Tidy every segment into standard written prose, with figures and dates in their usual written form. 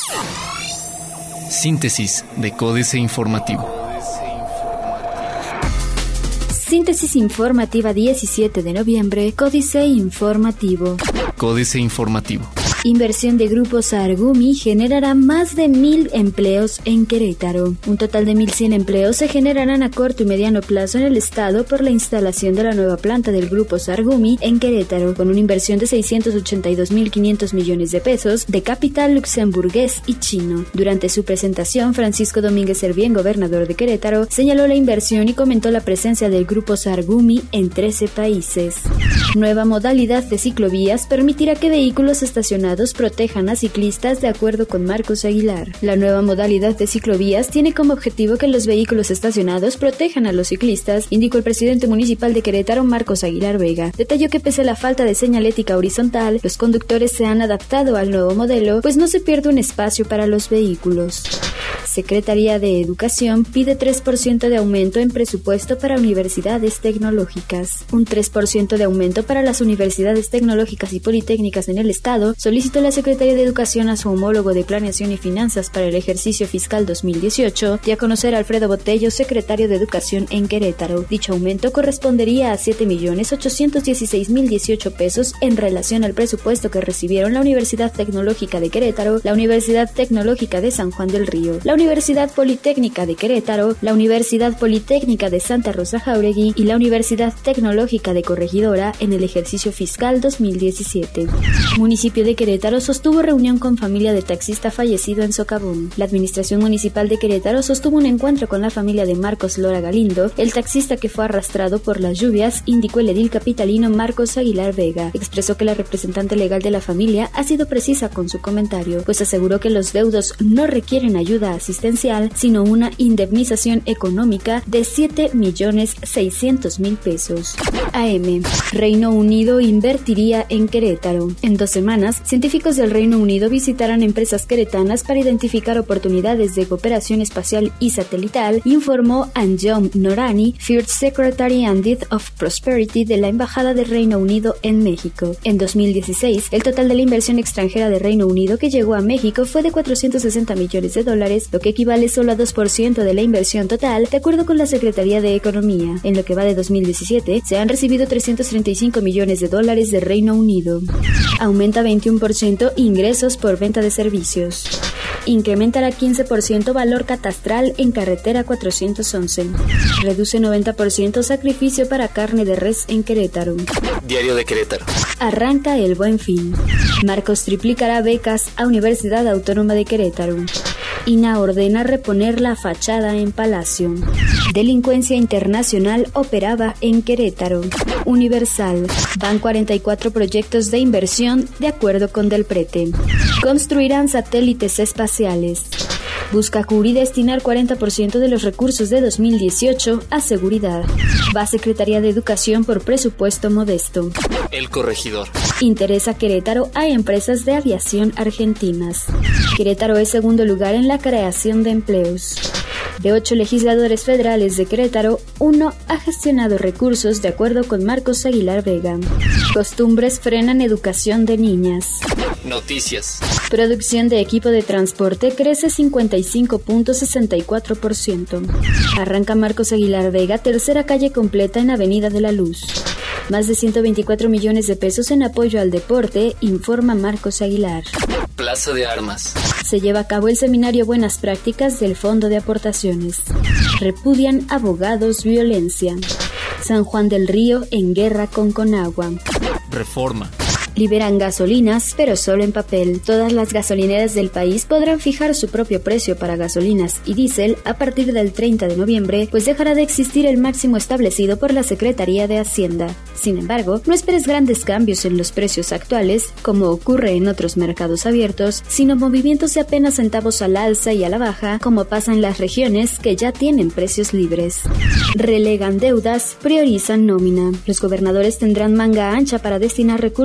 Síntesis de Códice Informativo. Síntesis informativa 17 de noviembre, Códice Informativo. Códice Informativo. Inversión de Grupo Sargummi generará más de 1,000 empleos en Querétaro. Un total de 1,100 empleos se generarán a corto y mediano plazo en el estado por la instalación de la nueva planta del Grupo Sargummi en Querétaro, con una inversión de 682.500 millones de pesos de capital luxemburgués y chino. Durante su presentación, Francisco Domínguez Servién, gobernador de Querétaro, señaló la inversión y comentó la presencia del Grupo Sargummi en 13 países. Nueva modalidad de ciclovías permitirá que vehículos estacionados protejan a ciclistas de acuerdo con Marcos Aguilar. La nueva modalidad de ciclovías tiene como objetivo que los vehículos estacionados protejan a los ciclistas, indicó el presidente municipal de Querétaro, Marcos Aguilar Vega. Detalló que pese a la falta de señalética horizontal, los conductores se han adaptado al nuevo modelo, pues no se pierde un espacio para los vehículos. Secretaría de Educación pide 3% de aumento en presupuesto para universidades tecnológicas. Un 3% de aumento para las universidades tecnológicas y politécnicas en el estado solicitó la Secretaría de Educación a su homólogo de Planeación y Finanzas para el ejercicio fiscal 2018, dio a conocer Alfredo Botello, secretario de Educación en Querétaro. Dicho aumento correspondería a 7.816.018 pesos en relación al presupuesto que recibieron la Universidad Tecnológica de Querétaro, la Universidad Tecnológica de San Juan del Río, la Universidad Politécnica de Querétaro, la Universidad Politécnica de Santa Rosa Jáuregui y la Universidad Tecnológica de Corregidora en el ejercicio fiscal 2017. Municipio de Querétaro sostuvo reunión con familia de taxista fallecido en Socavón. La Administración Municipal de Querétaro sostuvo un encuentro con la familia de Marcos Lora Galindo, el taxista que fue arrastrado por las lluvias, indicó el edil capitalino Marcos Aguilar Vega. Expresó que la representante legal de la familia ha sido precisa con su comentario, pues aseguró que los deudos no requieren ayuda asistencial, sino una indemnización económica de 7.600.000 pesos. AM. Reino Unido invertiría en Querétaro. En 2 semanas, científicos del Reino Unido visitarán empresas queretanas para identificar oportunidades de cooperación espacial y satelital, informó Anjom Norani, First Secretary and Head of Prosperity de la Embajada del Reino Unido en México. En 2016, el total de la inversión extranjera de Reino Unido que llegó a México fue de $460 millones, lo que equivale solo a 2% de la inversión total, de acuerdo con la Secretaría de Economía. En lo que va de 2017, se han recibido $335 millones de Reino Unido. Aumenta 21% ingresos por venta de servicios. Incrementará 15% valor catastral en carretera 411. Reduce 90% sacrificio para carne de res en Querétaro. Diario de Querétaro. Arranca el Buen Fin. Marcos triplicará becas a Universidad Autónoma de Querétaro. INAH ordena reponer la fachada en Palacio. Delincuencia internacional operaba en Querétaro. Universal. Van 44 proyectos de inversión de acuerdo con Del Prete. Construirán satélites espaciales. Busca Curi destinar 40% de los recursos de 2018 a seguridad. Va Secretaría de Educación por presupuesto modesto. El Corregidor. Interesa Querétaro a empresas de aviación argentinas. Querétaro es segundo lugar en la creación de empleos. De 8 legisladores federales de Querétaro, 1 ha gestionado recursos de acuerdo con Marcos Aguilar Vega. Costumbres frenan educación de niñas. Noticias. Producción de equipo de transporte crece 55.64%. Arranca Marcos Aguilar Vega, tercera calle completa en Avenida de la Luz. Más de 124 millones de pesos en apoyo al deporte, informa Marcos Aguilar. Plaza de Armas. Se lleva a cabo el seminario Buenas Prácticas del Fondo de Aportaciones. Repudian abogados violencia. San Juan del Río en guerra con Conagua. Reforma. Liberan gasolinas, pero solo en papel. Todas las gasolineras del país podrán fijar su propio precio para gasolinas y diésel a partir del 30 de noviembre, pues dejará de existir el máximo establecido por la Secretaría de Hacienda. Sin embargo, no esperes grandes cambios en los precios actuales, como ocurre en otros mercados abiertos, sino movimientos de apenas centavos a la alza y a la baja, como pasa en las regiones que ya tienen precios libres. Relegan deudas, priorizan nómina. Los gobernadores tendrán manga ancha para destinar recursos al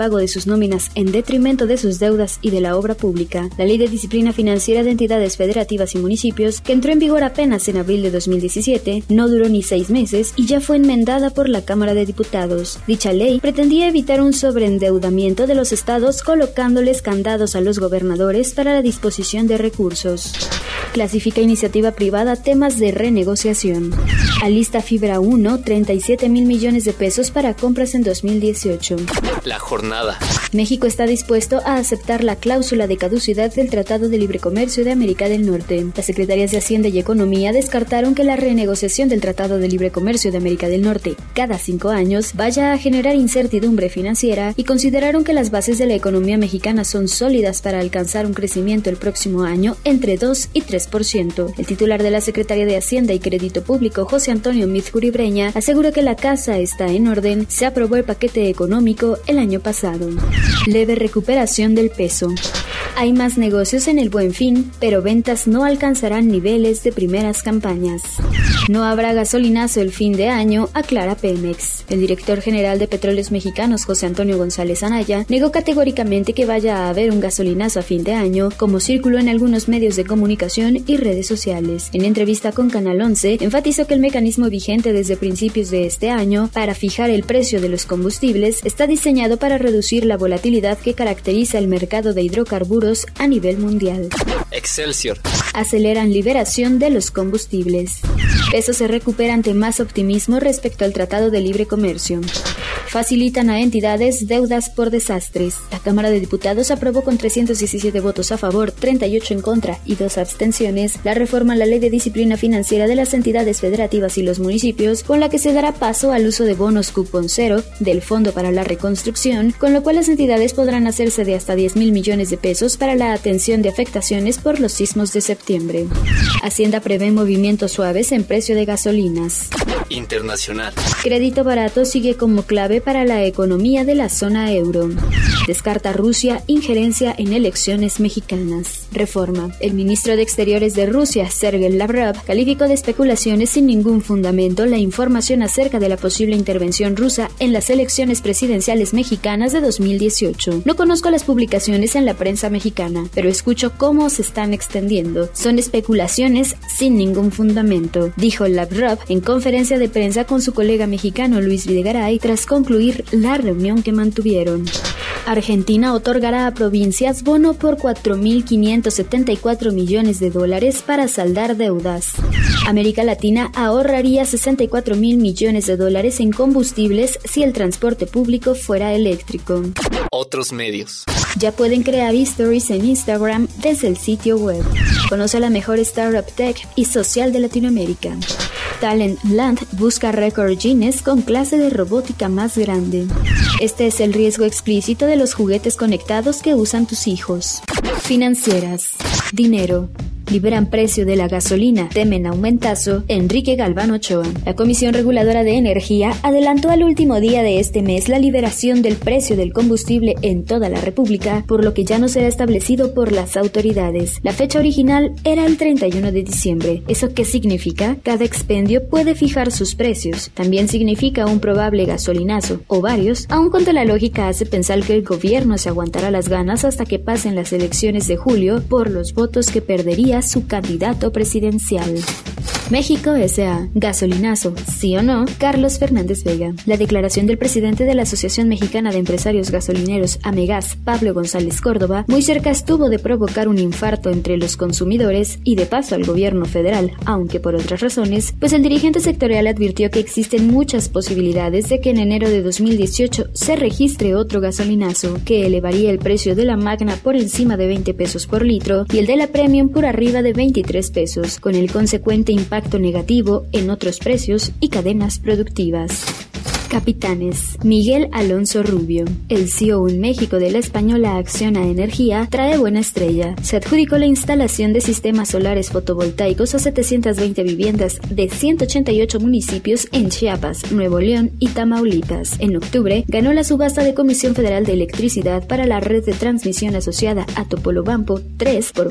pago de sus nóminas en detrimento de sus deudas y de la obra pública. La Ley de Disciplina Financiera de Entidades Federativas y Municipios, que entró en vigor apenas en abril de 2017, no duró ni 6 meses y ya fue enmendada por la Cámara de Diputados. Dicha ley pretendía evitar un sobreendeudamiento de los estados colocándoles candados a los gobernadores para la disposición de recursos. Clasifica iniciativa privada temas de renegociación. Alista Fibra 1 37,000 millones de pesos para compras en 2018. La jornada. México está dispuesto a aceptar la cláusula de caducidad del Tratado de Libre Comercio de América del Norte. Las secretarías de Hacienda y Economía descartaron que la renegociación del Tratado de Libre Comercio de América del Norte cada 5 años vaya a generar incertidumbre financiera y consideraron que las bases de la economía mexicana son sólidas para alcanzar un crecimiento el próximo año entre 2 y 3%. El titular de la Secretaría de Hacienda y Crédito Público, José Antonio Mizcuri Breña, aseguró que la casa está en orden, se aprobó el paquete económico el año pasado. Leve recuperación del peso. Hay más negocios en el Buen Fin, pero ventas no alcanzarán niveles de primeras campañas. No habrá gasolinazo el fin de año, aclara Pemex. El director general de Petróleos Mexicanos, José Antonio González Anaya, negó categóricamente que vaya a haber un gasolinazo a fin de año, como circuló en algunos medios de comunicación y redes sociales. En entrevista con Canal 11, enfatizó que el mecanismo vigente desde principios de este año para fijar el precio de los combustibles está diseñado para reducir la volatilidad que caracteriza el mercado de hidrocarburos a nivel mundial. Excelsior. Aceleran liberación de los combustibles. Peso se recupera ante más optimismo respecto al Tratado de Libre Comercio. Facilitan a entidades deudas por desastres. La Cámara de Diputados aprobó con 317 votos a favor, 38 en contra y 2 abstenciones la reforma a la Ley de Disciplina Financiera de las entidades federativas y los municipios, con la que se dará paso al uso de bonos cupón cero del Fondo para la Reconstrucción, con lo cual las entidades podrán hacerse de hasta 10,000 millones de pesos para la atención de afectaciones por los sismos de septiembre. Hacienda prevé movimientos suaves en precio de gasolinas. Internacional. Crédito barato sigue como clave para la economía de la zona euro. Descarta Rusia injerencia en elecciones mexicanas. Reforma. El ministro de Exteriores de Rusia, Sergei Lavrov, calificó de especulaciones sin ningún fundamento la información acerca de la posible intervención rusa en las elecciones presidenciales mexicanas de 2018. No conozco las publicaciones en la prensa mexicana, pero escucho cómo se están extendiendo. Son especulaciones sin ningún fundamento, dijo Lavrov en conferencia de prensa con su colega mexicano Luis Videgaray tras concluir la reunión que mantuvieron. Argentina otorgará a provincias bono por $4,574 millones para saldar deudas. América Latina ahorraría $64,000 millones en combustibles si el transporte público fuera eléctrico. Otros medios. Ya pueden crear stories en Instagram desde el sitio web. Conoce a la mejor startup tech y social de Latinoamérica. Talentland busca récord Guinness con clase de robótica más grande. Este es el riesgo explícito de los juguetes conectados que usan tus hijos. Financieras. Dinero. Liberan precio de la gasolina, temen aumentazo, Enrique Galván Ochoa. La Comisión Reguladora de Energía adelantó al último día de este mes la liberación del precio del combustible en toda la República, por lo que ya no será establecido por las autoridades. La fecha original era el 31 de diciembre. ¿Eso qué significa? Cada expendio puede fijar sus precios. También significa un probable gasolinazo, o varios, aun cuando la lógica hace pensar que el gobierno se aguantará las ganas hasta que pasen las elecciones de julio por los votos que perdería su candidato presidencial. México S.A. Gasolinazo, ¿sí o no? Carlos Fernández Vega. La declaración del presidente de la Asociación Mexicana de Empresarios Gasolineros, Amegas, Pablo González Córdoba, muy cerca estuvo de provocar un infarto entre los consumidores y de paso al gobierno federal, aunque por otras razones, pues el dirigente sectorial advirtió que existen muchas posibilidades de que en enero de 2018 se registre otro gasolinazo, que elevaría el precio de la Magna por encima de 20 pesos por litro y el de la Premium por arriba de 23 pesos, con el consecuente impacto negativo en otros precios y cadenas productivas. Capitanes. Miguel Alonso Rubio. El CEO en México de la española Acciona Energía trae buena estrella. Se adjudicó la instalación de sistemas solares fotovoltaicos a 720 viviendas de 188 municipios en Chiapas, Nuevo León y Tamaulipas. En octubre, ganó la subasta de Comisión Federal de Electricidad para la red de transmisión asociada a Topolobampo 3 por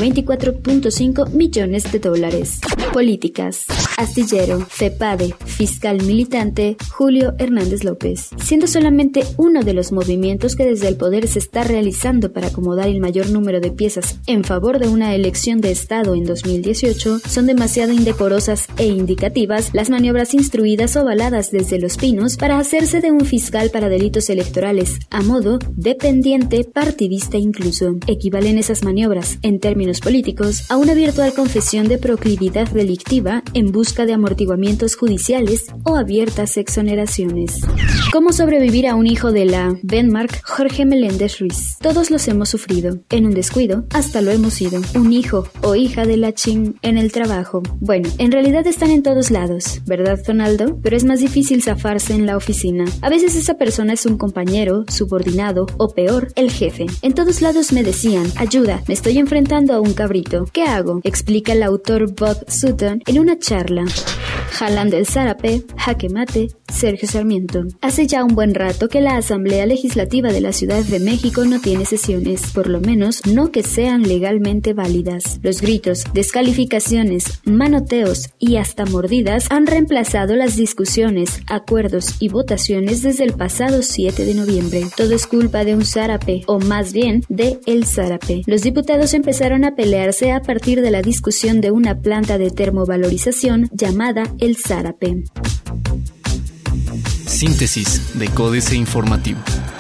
$24.5 millones. Políticas. Astillero. FEPADE. Fiscal militante Julio Hernández Hernández López. Siendo solamente uno de los movimientos que desde el poder se está realizando para acomodar el mayor número de piezas en favor de una elección de Estado en 2018, son demasiado indecorosas e indicativas las maniobras instruidas o avaladas desde Los Pinos para hacerse de un fiscal para delitos electorales, a modo dependiente, partidista incluso. Equivalen esas maniobras, en términos políticos, a una virtual confesión de proclividad delictiva en busca de amortiguamientos judiciales o abiertas exoneraciones. ¿Cómo sobrevivir a un hijo de la Benmark Jorge Meléndez Ruiz? Todos los hemos sufrido. En un descuido, hasta lo hemos sido. Un hijo o hija de la chin en el trabajo. Bueno, en realidad están en todos lados, ¿verdad, Ronaldo? Pero es más difícil zafarse en la oficina. A veces esa persona es un compañero, subordinado o peor, el jefe. En todos lados me decían, ayuda, me estoy enfrentando a un cabrito. ¿Qué hago? Explica el autor Bob Sutton en una charla. Jalando el zárape, jaque mate, Sergio Sarmiento. Hace ya un buen rato que la Asamblea Legislativa de la Ciudad de México no tiene sesiones, por lo menos no que sean legalmente válidas. Los gritos, descalificaciones, manoteos y hasta mordidas han reemplazado las discusiones, acuerdos y votaciones desde el pasado 7 de noviembre. Todo es culpa de un zárape, o más bien de el zárape. Los diputados empezaron a pelearse a partir de la discusión de una planta de termovalorización llamada el zárape. Síntesis de Códice Informativo.